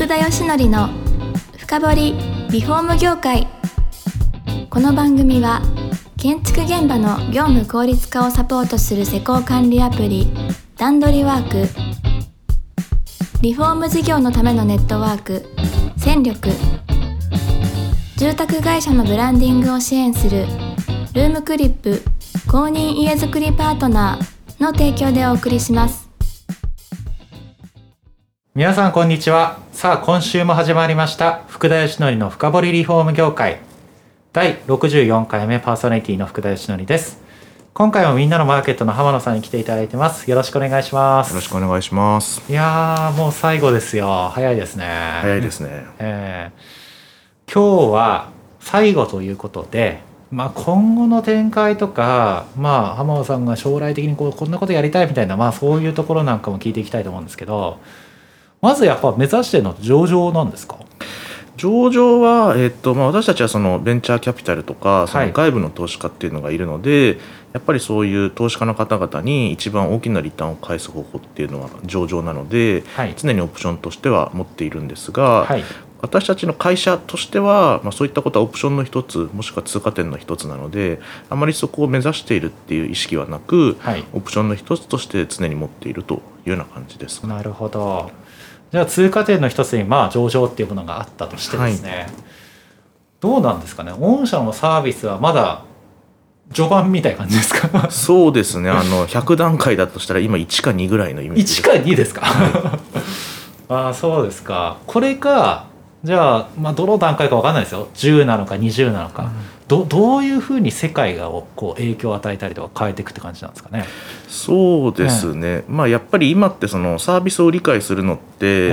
福田義則の深掘りリフォーム業界。この番組は建築現場の業務効率化をサポートする施工管理アプリ段取りワーク、リフォーム事業のためのネットワーク戦力、住宅会社のブランディングを支援するルームクリップ公認家づくりパートナーの提供でお送りします。 皆さんこんにちは。さあ今週も始まりました福田義則の深掘りリフォーム業界第64回目パーソナリティの福田義則です。今回もみんなのマーケットの浜野さんに来ていただいてます。よろしくお願いします。 よろしくお願いします。 いやーもう最後ですよ。早いですね。 早いですね。 今日は最後ということで、今後の展開とか、浜野さんが将来的にこんなことやりたいみたいな、そういうところなんかも聞いていきたいと思うんですけど、まずやっぱ目指してるの上場なんですか？ 上場は、私たちはそのベンチャーキャピタルとかその外部の投資家っていうのがいるので、やっぱりそういう投資家の方々に一番大きなリターンを返す方法っていうのは上場なので、常にオプションとしては持っているんですが、私たちの会社としては、そういったことはオプションの一つもしくは通過点の一つなので、あまりそこを目指しているっていう意識はなく、オプションの一つとして常に持っているというような感じです。 なるほど。じゃあ通過点の一つに上場っていうものがあったとしてですね、どうなんですかね。御社のサービスはまだ序盤みたいな感じですか？ そうですね。100段階だとしたら今1か2ぐらいのイメージです。 1か2ですか？そうですか。これかじゃあ、どの段階か分かんないですよ。10なのか20なのか、どういうふうに世界が影響を与えたりとか変えていくって感じなんですかね。 そうですね、やっぱり今ってそのサービスを理解するのって、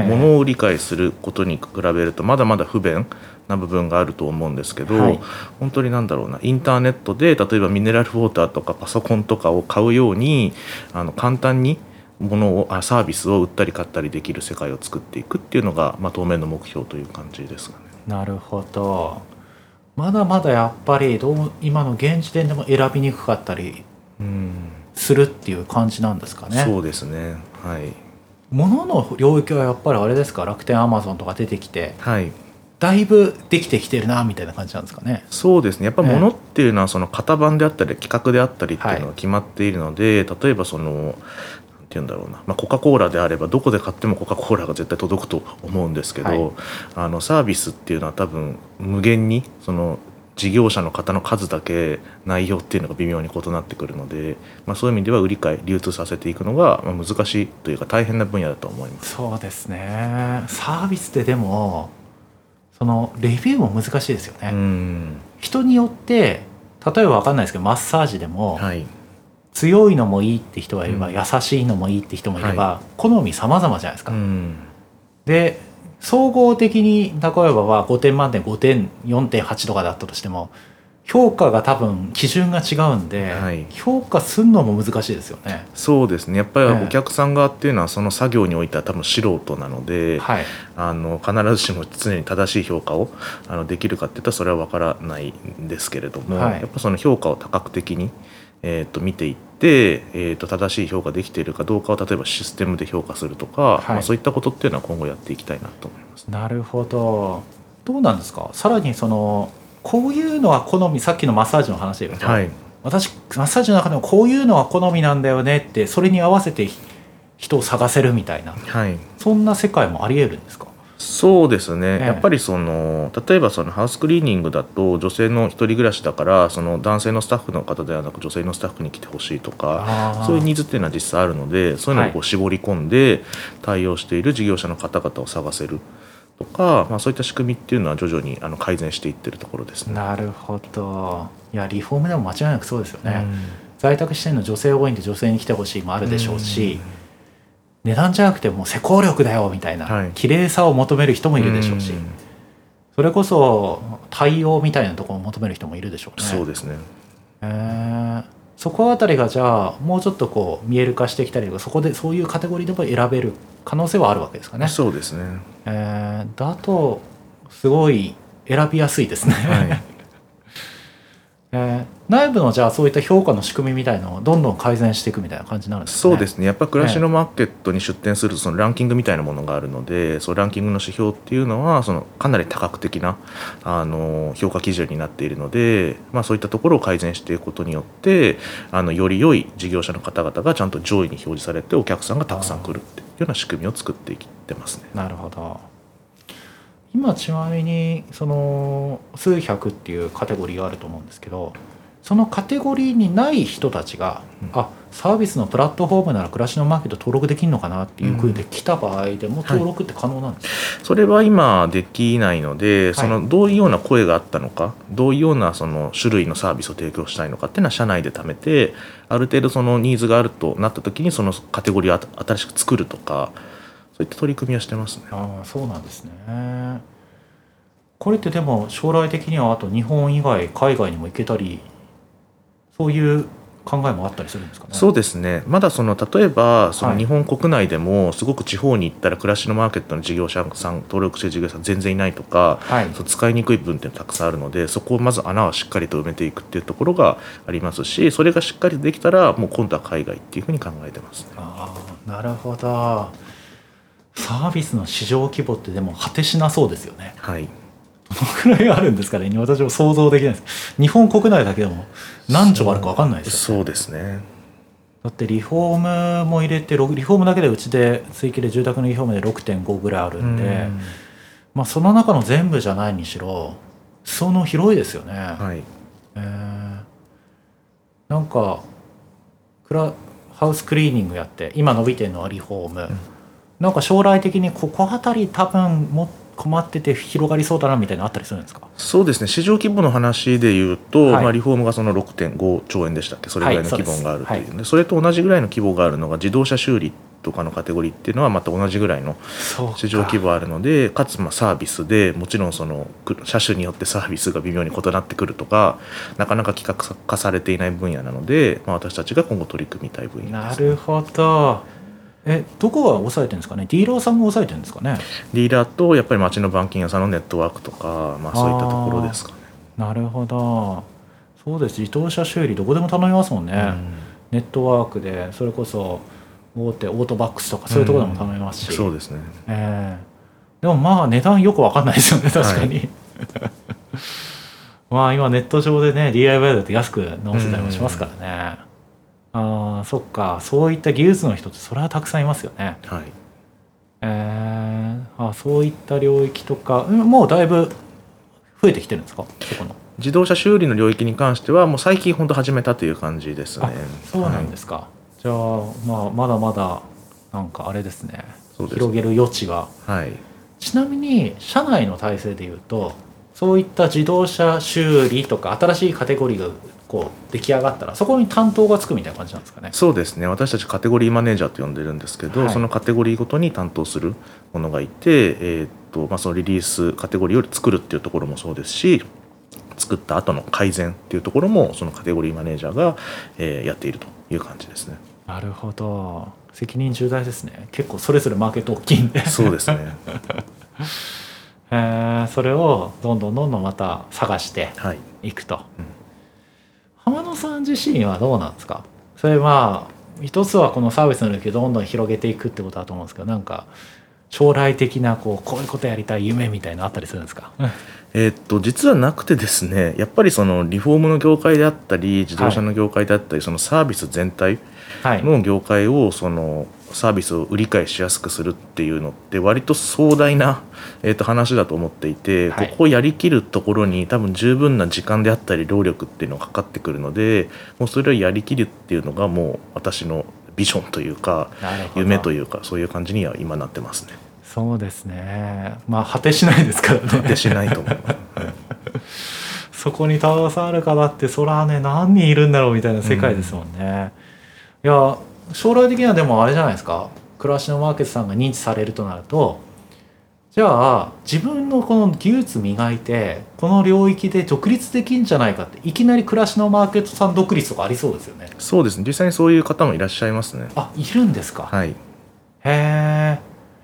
ものを理解することに比べるとまだまだ不便な部分があると思うんですけど、本当にインターネットで例えばミネラルウォーターとかパソコンとかを買うように簡単にサービスを売ったり買ったりできる世界を作っていくっていうのが、当面の目標という感じですかね。 なるほど。まだまだやっぱり今の現時点でも選びにくかったりするっていう感じなんですかね。 そうですね。 物の領域はやっぱりあれですか、楽天アマゾンとか出てきて、だいぶできてきてるなみたいな感じなんですかね。 そうですね。やっぱ物っていうのはその型番であったり規格であったりっていうのが決まっているので、例えばそのコカ・コーラであればどこで買ってもコカ・コーラが絶対届くと思うんですけど、サービスっていうのは多分無限にその事業者の方の数だけ内容っていうのが微妙に異なってくるので、そういう意味では売り買い流通させていくのが難しいというか大変な分野だと思います。 そうですね。サービスってでもそのレビューも難しいですよね。人によって例えば分かんないですけどマッサージでも、強いのもいいって人がいれば、優しいのもいいって人もいれば、好み様々じゃないですか。で総合的に例えば5点満点5点 4.8 とかだったとしても評価が多分基準が違うんで、評価するのも難しいですよね。 そうですね。やっぱりお客さん側っていうのはその作業においては多分素人なので、必ずしも常に正しい評価をできるかっていったらそれは分からないんですけれども、やっぱその評価を多角的に見ていって、正しい評価できているかどうかを例えばシステムで評価するとか、そういったことっていうのは今後やっていきたいなと思います。 なるほど。どうなんですか。さらにこういうのは好み、さっきのマッサージの話で言うと、私マッサージの中でもこういうのは好みなんだよねってそれに合わせて人を探せるみたいな、そんな世界もあり得るんですか。 そうですね。やっぱり例えばそのハウスクリーニングだと女性の一人暮らしだからその男性のスタッフの方ではなく女性のスタッフに来てほしいとか、そういうニーズっていうのは実際あるので、そういうのを絞り込んで対応している事業者の方々を探せるとか、そういった仕組みっていうのは徐々に改善していってるところですね。 なるほど。いやリフォームでも間違いなくそうですよね。在宅してるの女性多いんで女性に来てほしいもあるでしょうし、値段じゃなくてもう施工力だよみたいな、綺麗さを求める人もいるでしょうし、それこそ対応みたいなところを求める人もいるでしょうね。 そうですね。 そこあたりがじゃあもうちょっと見える化してきたりとか、そこでそういうカテゴリーでも選べる可能性はあるわけですかね。 そうですね。 だとすごい選びやすいですね。 内部のじゃあそういった評価の仕組みみたいなのをどんどん改善していくみたいな感じになるんですかね。 そうですね。やっぱ暮らしのマーケットに出店するとそのランキングみたいなものがあるので、そのランキングの指標っていうのはそのかなり多角的な評価基準になっているので、そういったところを改善していくことによってより良い事業者の方々がちゃんと上位に表示されてお客さんがたくさん来るっていうような仕組みを作っていってますね。 なるほど。今ちなみにその数百っていうカテゴリーがあると思うんですけど、そのカテゴリーにない人たちが、サービスのプラットフォームなら暮らしのマーケット登録できるのかなっていう風で来た場合でも登録って可能なんですか？ それは今できないので、そのどういうような声があったのか、どういうようなその種類のサービスを提供したいのかっていうのは社内で貯めて、ある程度そのニーズがあるとなった時にそのカテゴリーを新しく作るとか、そういった取り組みはしてますね。 そうなんですね。これってでも将来的にはあと日本以外海外にも行けたり、そういう考えもあったりするんですかね。 そうですね。まだ例えばその日本国内でもすごく地方に行ったら暮らしのマーケットの事業者さん、登録している事業者さん全然いないとか、使いにくい部分ってたくさんあるので、そこをまず穴をしっかりと埋めていくっていうところがありますし、それがしっかりできたらもう今度は海外っていうふうに考えてますね。 なるほど。サービスの市場規模ってでも果てしなそうですよね。どのくらいあるんですかね。私も想像できないです。日本国内だけでも何兆あるか分かんないですよね。 そうですね。 だってリフォームも入れて、リフォームだけでうちで追記で住宅のリフォームで 6.5 ぐらいあるんで、その中の全部じゃないにしろ裾野広いですよね。なんかハウスクリーニングやって今伸びてるのはリフォーム、なんか将来的にここあたり多分も困ってて広がりそうだなみたいなのあったりするんですか？ そうですね。市場規模の話でいうと、リフォームがその 6.5 兆円でしたっけ、それぐらいの規模があるという、それと同じぐらいの規模があるのが自動車修理とかのカテゴリーっていうのはまた同じぐらいの市場規模あるので、かつサービスでもちろんその車種によってサービスが微妙に異なってくるとか、なかなか規格化されていない分野なので、私たちが今後取り組みたい分野です。 なるほど。どこが抑えてるんですかね。ディーラーさんが抑えてるんですかね。 ディーラーとやっぱり町の板金屋さんのネットワークとか、そういったところですかね。 なるほど。そうです。自動車修理どこでも頼みますもんね。ネットワークでそれこそ大手オートバックスとかそういうところでも頼みますし、 そうですね。 でも値段よく分かんないですよね、確かに。今ネット上でね DIY だと安く直せたりもしますからね。そっか。そういった技術の人ってそれはたくさんいますよね。そういった領域とかもうだいぶ増えてきてるんですか？そこの自動車修理の領域に関してはもう最近本当始めたという感じですね。 そうなんですか。じゃあまだまだなんかあれですね。広げる余地が。ちなみに社内の体制でいうとそういった自動車修理とか新しいカテゴリーが出来上がったらそこに担当がつくみたいな感じなんですかね。 そうですね。私たちカテゴリーマネージャーと呼んでるんですけど、そのカテゴリーごとに担当するものがいて、そのリリースカテゴリーを作るっていうところもそうですし、作った後の改善っていうところもそのカテゴリーマネージャーが、やっているという感じですね。 なるほど。責任重大ですね。結構それぞれマーケット大きいんで。 そうですね。 それをどんどんまた探していくと。浜野さん自身はどうなんですか？それ一つはこのサービスの領域をどんどん広げていくってことだと思うんですけど、なんか将来的なこういうことやりたい夢みたいなのあったりするんですか？ 実はなくてですね、やっぱりそのリフォームの業界であったり自動車の業界であったり、そのサービス全体の業界をそのサービスを売り買いしやすくするっていうのって割と壮大な、話だと思っていて、ここをやりきるところに多分十分な時間であったり労力っていうのがかかってくるので、もうそれをやりきるっていうのがもう私のビジョンというか夢というか、そういう感じには今なってますね。 そうですね。果てしないですからね。 果てしないと思います。 そこに携わる方ってそらね何人いるんだろうみたいな世界ですもんね。いや将来的にはでもあれじゃないですか。暮らしのマーケットさんが認知されるとなると、じゃあ自分のこの技術磨いてこの領域で独立できんじゃないかって、いきなり暮らしのマーケットさん独立とかありそうですよね。 そうですね。実際にそういう方もいらっしゃいますね。 いるんですか。 はい。 へえ。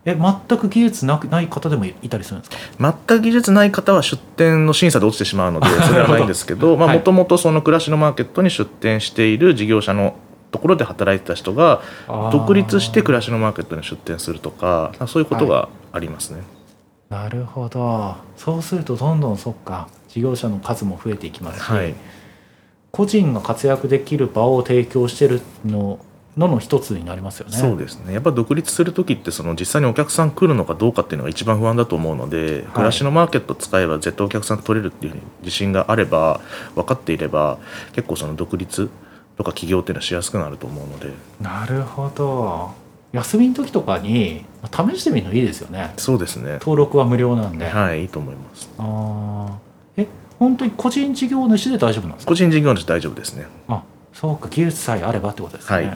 全く技術ない方でもいたりするんですか？ 全く技術ない方は出店の審査で落ちてしまうのでそれはないんですけどもともとその暮らしのマーケットに出店している事業者のところで働いてた人が独立して暮らしのマーケットに出店するとかそういうことがありますね。 なるほど。そうするとどんどんそっか事業者の数も増えていきますし、個人が活躍できる場を提供しているの一つになりますよね。 そうですね。やっぱ独立する時って実際にお客さん来るのかどうかっていうのが一番不安だと思うので、暮らしのマーケット使えば絶対お客さん取れるっていうふうに自信があれば分かっていれば結構独立とか起業っていうのはしやすくなると思うので。 なるほど。休みの時とかに試してみるのいいですよね。 そうですね。 登録は無料なんで。 はい、いいと思います。 本当に個人事業主で大丈夫なんですか？ 個人事業主大丈夫ですね。 そうか、技術さえあればってことですね。はい。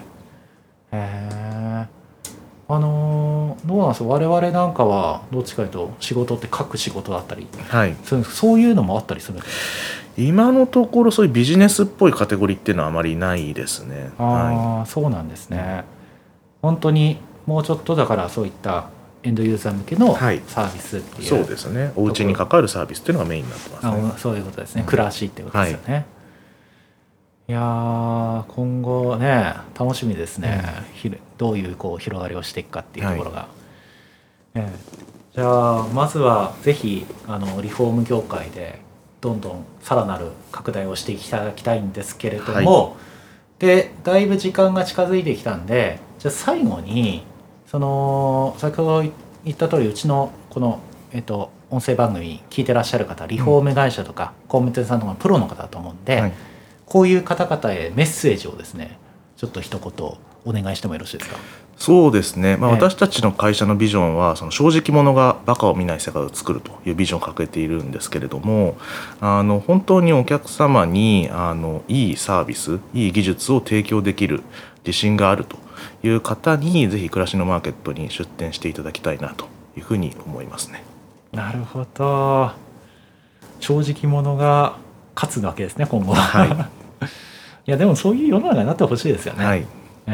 どうなんですか、我々なんかはどっちかというと仕事って書く仕事だったり、そういうのもあったりするんですか？ 今のところそういうビジネスっぽいカテゴリーっていうのはあまりないですね。 そうなんですね。本当にもうちょっとだからそういったエンドユーザー向けのサービスっていう、 そうですね。お家に関わるサービスっていうのがメインになってますね。 そういうことですね。暮らしってことですよね。いや今後ね楽しみですね。どういう広がりをしていくかっていうところが。じゃあまずはぜひリフォーム業界でどんどんさらなる拡大をしていただきたいんですけれども、でだいぶ時間が近づいてきたんで、じゃあ最後に先ほど言った通りうちのこの音声番組聞いてらっしゃる方、リフォーム会社とか工務店さんとかのプロの方だと思うんで、こういう方々へメッセージをですねちょっと一言お願いしてもよろしいですか？ そうですね、私たちの会社のビジョンは正直者がバカを見ない世界を作るというビジョンを掲げているんですけれども、本当にお客様にいいサービス、いい技術を提供できる自信があるという方にぜひ暮らしのマーケットに出店していただきたいなというふうに思いますね。 なるほど。正直者が勝つわけですね今後は。いやでもそういう世の中になってほしいですよね。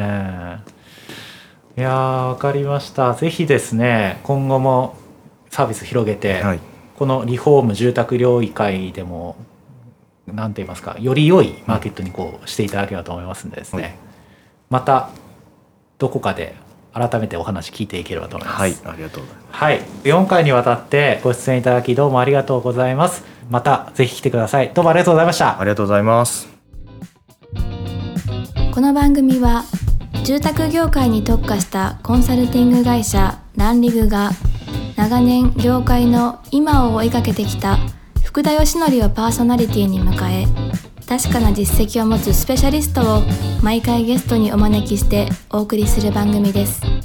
いや分かりました。ぜひですね今後もサービス広げて、このリフォーム住宅領域でも何て言いますか、より良いマーケットにしていただければと思いますんでですね、またどこかで改めてお話聞いていければと思います。 ありがとうございます。 4回にわたってご出演いただきどうもありがとうございます。またぜひ来てください。どうもありがとうございました。 ありがとうございます。 この番組は住宅業界に特化したコンサルティング会社ランリグが長年業界の今を追いかけてきた福田義則をパーソナリティに迎え、確かな実績を持つスペシャリストを毎回ゲストにお招きしてお送りする番組です。